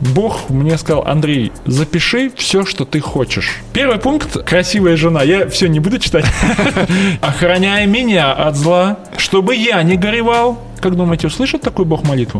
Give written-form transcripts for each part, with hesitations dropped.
Бог мне сказал: Андрей, запиши все, что ты хочешь. Первый пункт — красивая жена. Я все не буду читать. Охраняй меня от зла, чтобы я не горевал. Как думаете, услышит такой Бог молитву?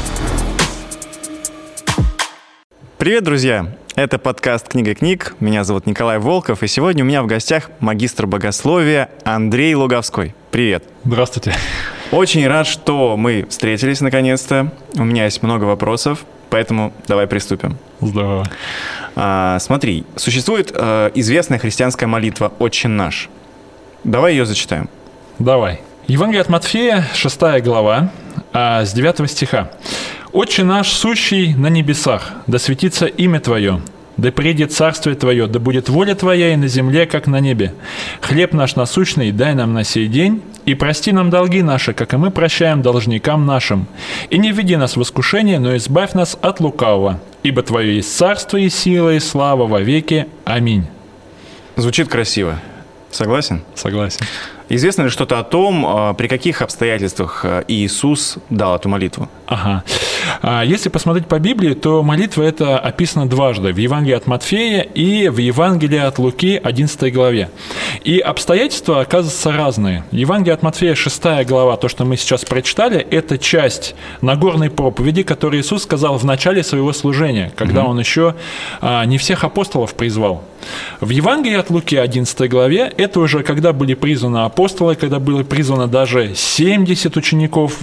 Привет, друзья! Это подкаст «Книга книг». Меня зовут Николай Волков, и сегодня у меня в гостях магистр богословия Андрей Луговской. Привет! Здравствуйте! Очень рад, что мы встретились наконец-то. У меня есть много вопросов, поэтому давай приступим. Здорово. Смотри, существует известная христианская молитва «Отче наш». Давай ее зачитаем. Давай. Евангелие от Матфея, 6 глава, с 9 стиха. «Отче наш, сущий на небесах, да светится имя Твое, да придет царствие Твое, да будет воля Твоя и на земле, как на небе. Хлеб наш насущный дай нам на сей день, и прости нам долги наши, как и мы прощаем должникам нашим. И не введи нас в искушение, но избавь нас от лукавого, ибо Твое есть царство и сила и слава во веки. Аминь». Звучит красиво. Согласен? Согласен. Известно ли что-то о том, при каких обстоятельствах Иисус дал эту молитву? Ага. Если посмотреть по Библии, то молитва эта описана дважды. В Евангелии от Матфея и в Евангелии от Луки, 11 главе. И обстоятельства оказываются разные. Евангелие от Матфея, 6 глава, то, что мы сейчас прочитали, это часть Нагорной проповеди, которую Иисус сказал в начале своего служения, когда Он еще не всех апостолов призвал. В Евангелии от Луки, 11 главе, это уже когда были призваны апостолы, когда было призвано даже 70 учеников,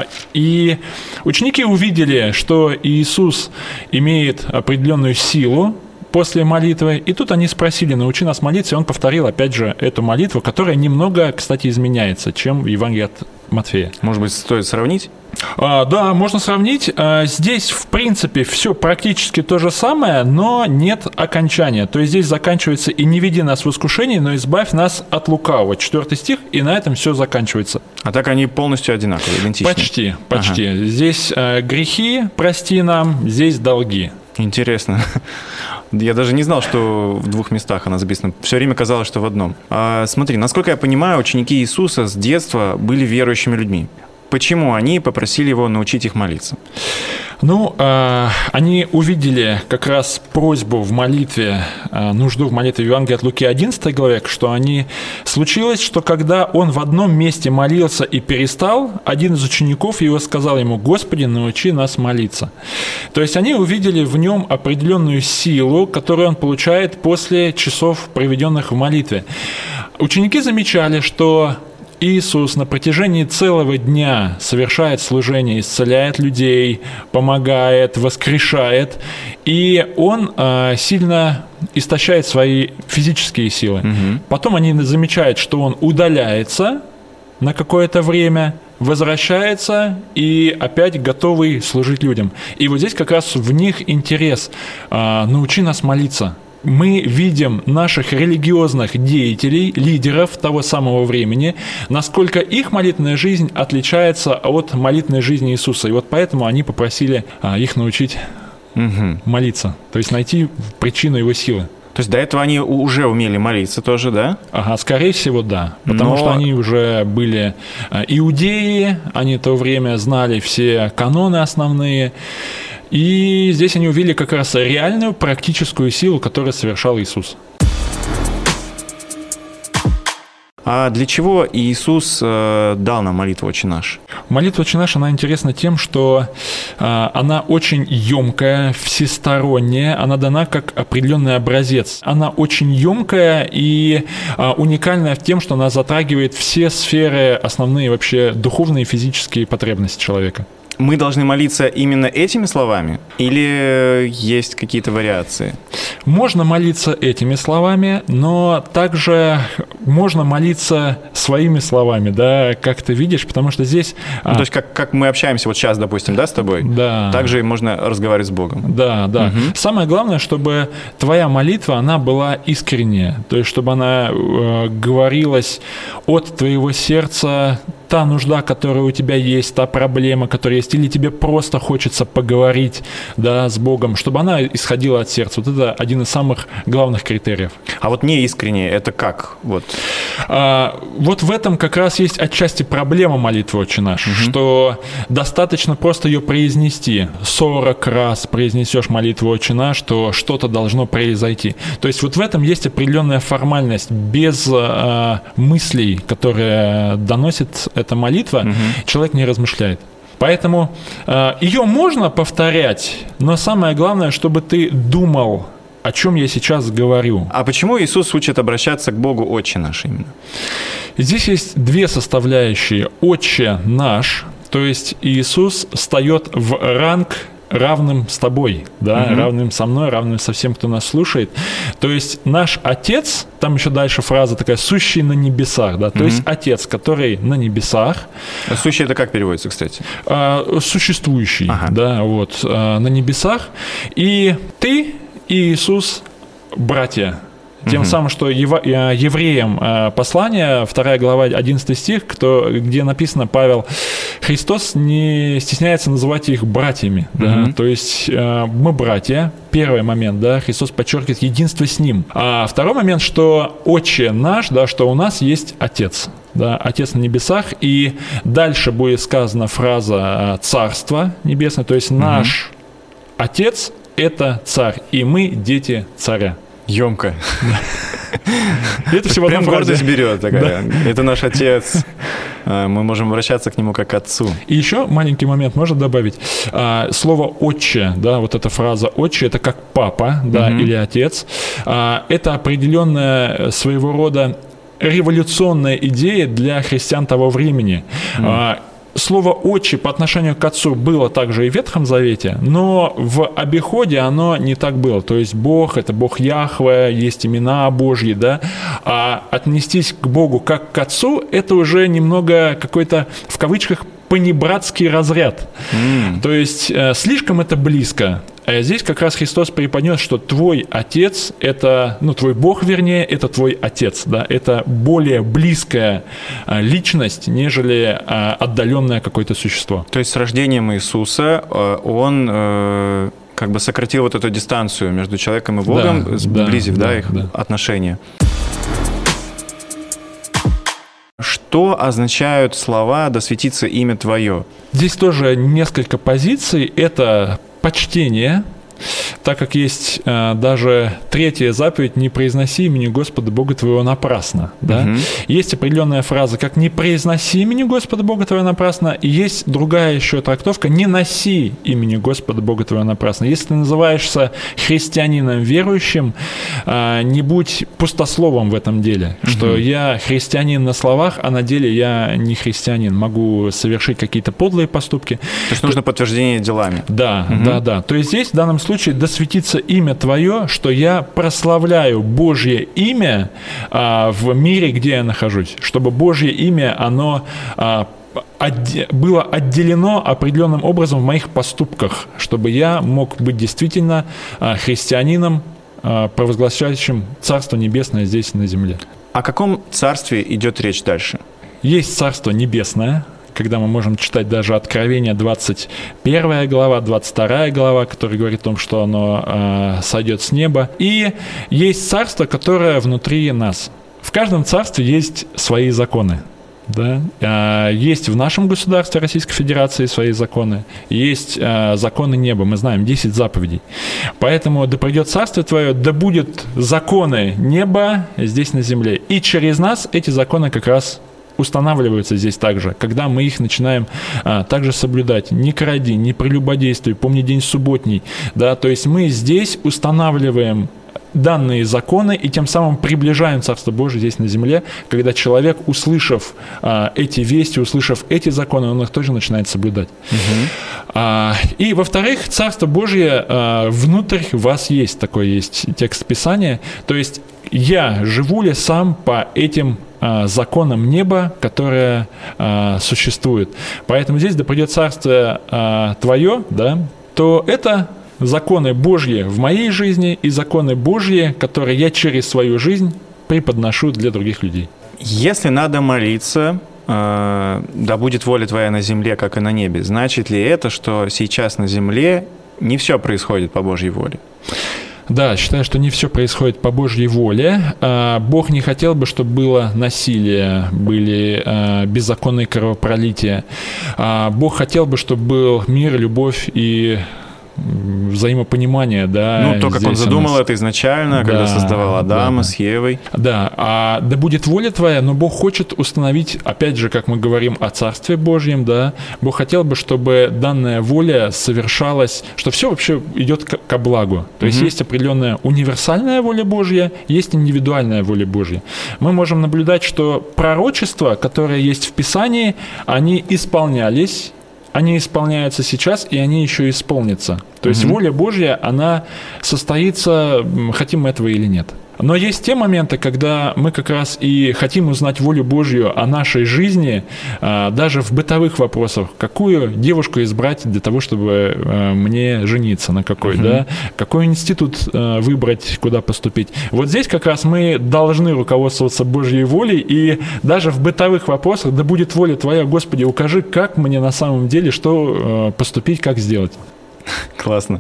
и ученики увидели, что Иисус имеет определенную силу после молитвы, и тут они спросили: научи нас молиться, и он повторил опять же эту молитву, которая немного, кстати, изменяется, чем в Евангелии от Матфея. Может быть, стоит сравнить? Да, можно сравнить. Здесь, в принципе, все практически то же самое, но нет окончания. То есть здесь заканчивается: «И не веди нас в искушение, но избавь нас от лукавого». 4 стих, и на этом все заканчивается. А так они полностью одинаковые, идентичны? Почти. Ага. Здесь грехи прости нам, здесь долги. Интересно. Я даже не знал, что в двух местах она записана. Все время казалось, что в одном. Смотри, насколько я понимаю, ученики Иисуса с детства были верующими людьми. Почему они попросили его научить их молиться? Они увидели как раз просьбу в молитве, нужду в молитве в Евангелии от Луки 11 главе, что случилось, что когда он в одном месте молился и перестал, один из учеников его сказал ему: «Господи, научи нас молиться». То есть они увидели в нем определенную силу, которую он получает после часов, проведенных в молитве. Ученики замечали, что Иисус на протяжении целого дня совершает служение, исцеляет людей, помогает, воскрешает, и Он сильно истощает свои физические силы. Потом они замечают, что Он удаляется на какое-то время, возвращается и опять готовый служить людям. И вот здесь как раз в них интерес: научи нас молиться. Мы видим наших религиозных деятелей, лидеров того самого времени, насколько их молитвенная жизнь отличается от молитвенной жизни Иисуса. И вот поэтому они попросили их научить молиться, то есть найти причину его силы. То есть до этого они уже умели молиться тоже, да? Ага, скорее всего, да. Потому что они уже были иудеи, они в то время знали все каноны основные. И здесь они увидели как раз реальную практическую силу, которую совершал Иисус. А для чего Иисус дал нам молитву «Отче наш»? Молитва «Отче наш», она интересна тем, что она очень емкая, всесторонняя, она дана как определенный образец. Она очень емкая и уникальная тем, что она затрагивает все сферы основные вообще духовные и физические потребности человека. Мы должны молиться именно этими словами? Или есть какие-то вариации? Можно молиться этими словами, но также можно молиться своими словами, да, как ты видишь, потому что здесь... То есть как мы общаемся вот сейчас, допустим, да, с тобой? Да. Также можно разговаривать с Богом. Да, да. Угу. Самое главное, чтобы твоя молитва, она была искренняя, то есть чтобы она говорилась от твоего сердца та нужда, которая у тебя есть, та проблема, которая есть, или тебе просто хочется поговорить, да, с Богом, чтобы она исходила от сердца. Вот это один из самых главных критериев. А вот неискренне это как? Вот в этом как раз есть отчасти проблема молитвы «Отче наш», что достаточно просто ее произнести. 40 раз произнесешь молитву «Отче наш», что что-то должно произойти. То есть вот в этом есть определенная формальность. Без мыслей, которые доносит эта молитва, человек не размышляет. Поэтому ее можно повторять, но самое главное, чтобы ты думал, о чем я сейчас говорю. А почему Иисус учит обращаться к Богу «Отче наш» именно? Здесь есть две составляющие. «Отче наш», то есть Иисус встает в ранг равным с тобой, да, равным со мной, равным со всем, кто нас слушает. То есть наш Отец, там еще дальше фраза такая, сущий на небесах, да, то есть Отец, который на небесах. А сущий это как переводится, кстати? Существующий, да, вот, на небесах. И ты и Иисус братья. Тем самым, что евреям послание, 2 глава, 11 стих, где написано, Павел, Христос не стесняется называть их братьями. Да? То есть мы братья, первый момент, да, Христос подчеркивает единство с Ним. А второй момент, что Отче наш, да, что у нас есть Отец. Да, Отец на небесах, и дальше будет сказана фраза «Царство небесное», то есть наш Отец – это царь, и мы дети царя. Ёмко. Это всего одна фраза. Гордость берет такая. Да. Это наш Отец. Мы можем обращаться к Нему как к Отцу. И еще маленький момент можно добавить. Слово «отче», да, вот эта фраза «отче» — это как папа, да, или отец. Это определенная своего рода революционная идея для христиан того времени. Слово «отче» по отношению к отцу было также и в Ветхом Завете, но в обиходе оно не так было. То есть Бог – это Бог Яхве, есть имена Божьи, да, а отнестись к Богу как к отцу – это уже немного какой-то, в кавычках, понебратский разряд. То есть слишком это близко. А здесь как раз Христос преподнес, что твой Отец – это, твой Бог, вернее, это твой Отец, да, это более близкая личность, нежели отдаленное какое-то существо. То есть с рождением Иисуса Он как бы сократил вот эту дистанцию между человеком и Богом, сблизив их отношения. Что означают слова «да светится имя Твое»? Здесь тоже несколько позиций. Это почтение, так как есть даже третья заповедь «Не произноси имени Господа Бога твоего напрасно». Да? Есть определенная фраза, как «Не произноси имени Господа Бога твоего напрасно», и есть другая еще трактовка «Не носи имени Господа Бога твоего напрасно». Если ты называешься христианином верующим, не будь пустословом в этом деле, что я христианин на словах, а на деле я не христианин, могу совершить какие-то подлые поступки. То есть нужно подтверждение делами. Да. То есть здесь в данном случае «да светится имя Твое», что я прославляю Божье имя в мире, где я нахожусь, чтобы Божье имя, оно было отделено определенным образом в моих поступках, чтобы я мог быть действительно христианином, провозглашающим Царство Небесное здесь на земле. О каком царстве идет речь дальше? Есть Царство Небесное, когда мы можем читать даже Откровение 21 глава, 22 глава, которая говорит о том, что оно сойдет с неба. И есть царство, которое внутри нас. В каждом царстве есть свои законы. Да? Есть в нашем государстве Российской Федерации свои законы, есть законы неба, мы знаем 10 заповедей. Поэтому да придет царствие Твое, да будут законы неба здесь на земле. И через нас эти законы как раз устанавливаются здесь также, когда мы их начинаем также соблюдать. Не кради, не прелюбодействуй, помни день субботний. Да? То есть мы здесь устанавливаем данные законы и тем самым приближаем Царство Божие здесь на земле, когда человек, услышав эти вести, услышав эти законы, он их тоже начинает соблюдать. И, во-вторых, Царство Божие внутрь вас есть, такой есть текст Писания, то есть я живу ли сам по этим законам неба, которые существуют. Поэтому здесь, да придет Царствие Твое, да, то это законы Божьи в моей жизни и законы Божьи, которые я через свою жизнь преподношу для других людей. Если надо молиться «Да будет воля твоя на земле, как и на небе», значит ли это, что сейчас на земле не все происходит по Божьей воле? Да, считаю, что не все происходит по Божьей воле. Бог не хотел бы, чтобы было насилие, были беззаконные кровопролития. Бог хотел бы, чтобы был мир, любовь и взаимопонимание, да. Ну, то, как он задумал это изначально, когда создавал Адама с Евой. Да, да будет воля твоя, но Бог хочет установить, опять же, как мы говорим о Царстве Божьем, да, Бог хотел бы, чтобы данная воля совершалась, что все вообще идет ко благу. То есть есть определенная универсальная воля Божья, есть индивидуальная воля Божья. Мы можем наблюдать, что пророчества, которые есть в Писании, они исполнялись, они исполняются сейчас, и они еще исполнятся. То есть воля Божья, она состоится, хотим мы этого или нет. Но есть те моменты, когда мы как раз и хотим узнать волю Божью о нашей жизни, даже в бытовых вопросах. Какую девушку избрать для того, чтобы мне жениться, на какой, да? Какой институт выбрать, куда поступить. Вот здесь как раз мы должны руководствоваться Божьей волей, и даже в бытовых вопросах, да будет воля Твоя, Господи, укажи, как мне на самом деле, что поступить, как сделать. Классно.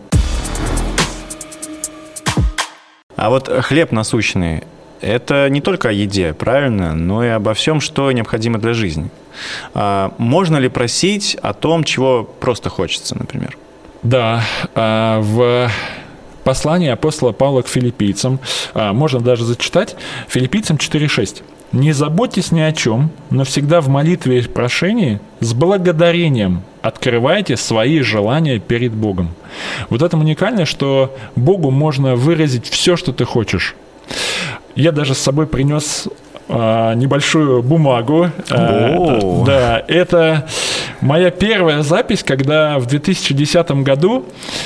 А вот хлеб насущный – это не только о еде, правильно, но и обо всем, что необходимо для жизни. Можно ли просить о том, чего просто хочется, например? Да, в послании апостола Павла к филиппийцам, можно даже зачитать, Филиппийцам 4:6. «Не заботьтесь ни о чем, но всегда в молитве и прошении с благодарением открывайте свои желания перед Богом». Вот это уникально, что Богу можно выразить все, что ты хочешь. Я даже с собой принес небольшую бумагу. Да, это моя первая запись, когда в 2010 году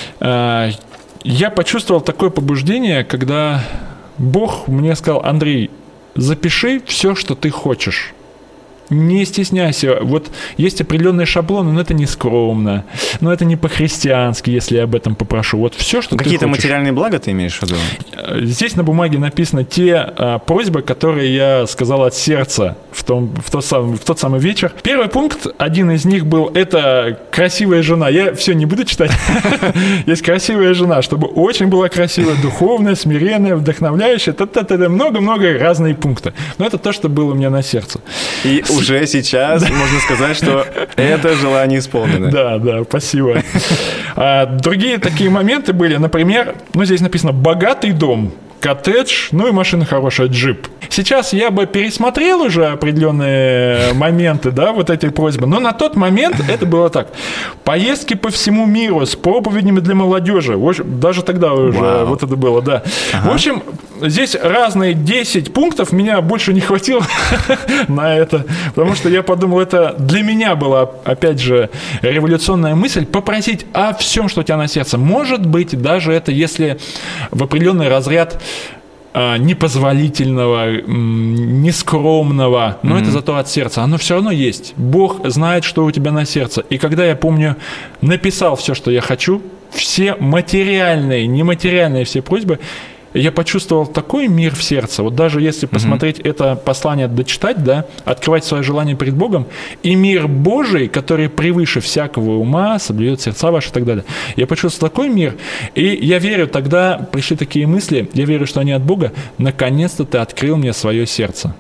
я почувствовал такое побуждение, когда Бог мне сказал: Андрей, запиши все, что ты хочешь. Не стесняйся. Вот есть определенные шаблоны, но это не скромно, но это не по-христиански, если я об этом попрошу. Вот все, что какие-то ты хочешь. Материальные блага ты имеешь в виду? Здесь на бумаге написаны те просьбы, которые я сказал от сердца в тот самый вечер. Первый пункт, один из них был: это красивая жена. Я все не буду читать. Есть красивая жена, чтобы очень была красивая, духовная, смиренная, вдохновляющая. Много-много разные пункты. Но это то, что было у меня на сердце. И уже сейчас можно сказать, что это желание исполнено. Да, спасибо. Другие такие моменты были, например, здесь написано «богатый дом», коттедж, и машина хорошая, джип. Сейчас я бы пересмотрел уже определенные моменты, да, вот эти просьбы, но на тот момент это было так. Поездки по всему миру с проповедями для молодежи. В общем, даже тогда уже вот это было, да. В общем, здесь разные 10 пунктов, меня больше не хватило на это, потому что я подумал, это для меня была, опять же, революционная мысль попросить о всем, что у тебя на сердце. Может быть, даже это, если в определенный разряд непозволительного, нескромного, но это зато от сердца. Оно все равно есть. Бог знает, что у тебя на сердце. И когда я, помню, написал все, что я хочу, все материальные, нематериальные все просьбы, я почувствовал такой мир в сердце. Вот даже если посмотреть это послание, дочитать, да, открывать свое желание перед Богом, и мир Божий, который превыше всякого ума, соблюдет сердца ваши и так далее. Я почувствовал такой мир, и я верю, тогда пришли такие мысли, я верю, что они от Бога. Наконец-то ты открыл мне свое сердце.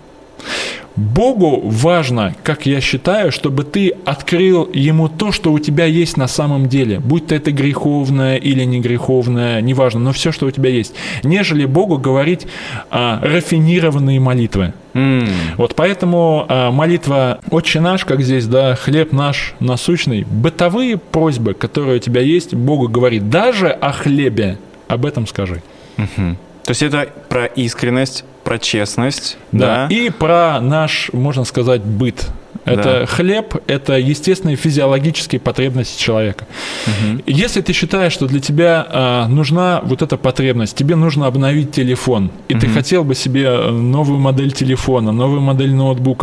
Богу важно, как я считаю, чтобы ты открыл Ему то, что у тебя есть на самом деле. Будь то это греховное или не греховное, неважно, но все, что у тебя есть. Нежели Богу говорить рафинированные молитвы. Вот поэтому молитва «Отче наш», как здесь, да, «Хлеб наш насущный», бытовые просьбы, которые у тебя есть, Богу говорит. Даже о хлебе об этом скажи. То есть это про искренность, про честность. Да, и про наш, можно сказать, быт. Это хлеб, это естественные физиологические потребности человека. Если ты считаешь, что для тебя нужна вот эта потребность, тебе нужно обновить телефон, и ты хотел бы себе новую модель телефона, новую модель ноутбука,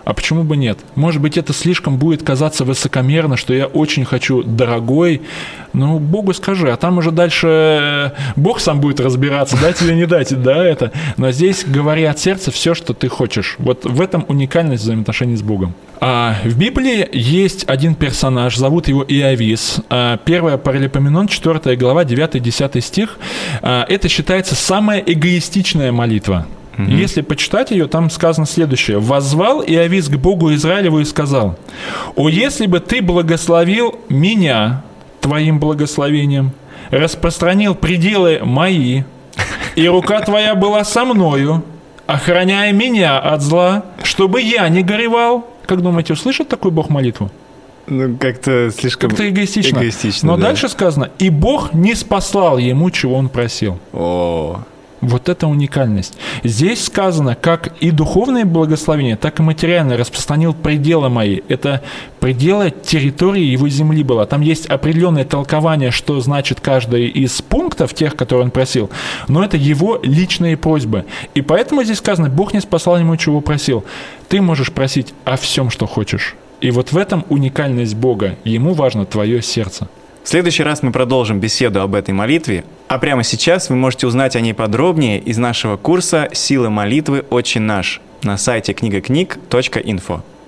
А почему бы нет? Может быть, это слишком будет казаться высокомерно, что я очень хочу дорогой. Ну, Богу скажи, а там уже дальше Бог сам будет разбираться, дать или не дать, да, это. Но здесь говори от сердца все, что ты хочешь. Вот в этом уникальность взаимоотношений с Богом. В Библии есть один персонаж, зовут его Иовис. 1 Паралипоменон, 4 глава, 9-10 стих. Это считается самая эгоистичная молитва. Если почитать ее, там сказано следующее. «Воззвал Иовис к Богу Израилеву и сказал: «О, если бы ты благословил меня твоим благословением, распространил пределы мои, и рука твоя была со мною, охраняя меня от зла, чтобы я не горевал». Как думаете, услышит такой Бог молитву? Ну, как-то слишком эгоистично. Но да. дальше сказано: «И Бог не спаслал ему, чего он просил». Вот это уникальность. Здесь сказано, как и духовное благословение, так и материальное распространил пределы мои. Это пределы территории его земли было. Там есть определенное толкование, что значит каждый из пунктов, тех, которые он просил, но это его личные просьбы. И поэтому здесь сказано: Бог не спасал ему, чего просил. Ты можешь просить о всем, что хочешь. И вот в этом уникальность Бога. Ему важно твое сердце. В следующий раз мы продолжим беседу об этой молитве, а прямо сейчас вы можете узнать о ней подробнее из нашего курса «Сила молитвы. Отче наш» на сайте книгакниг.инфо.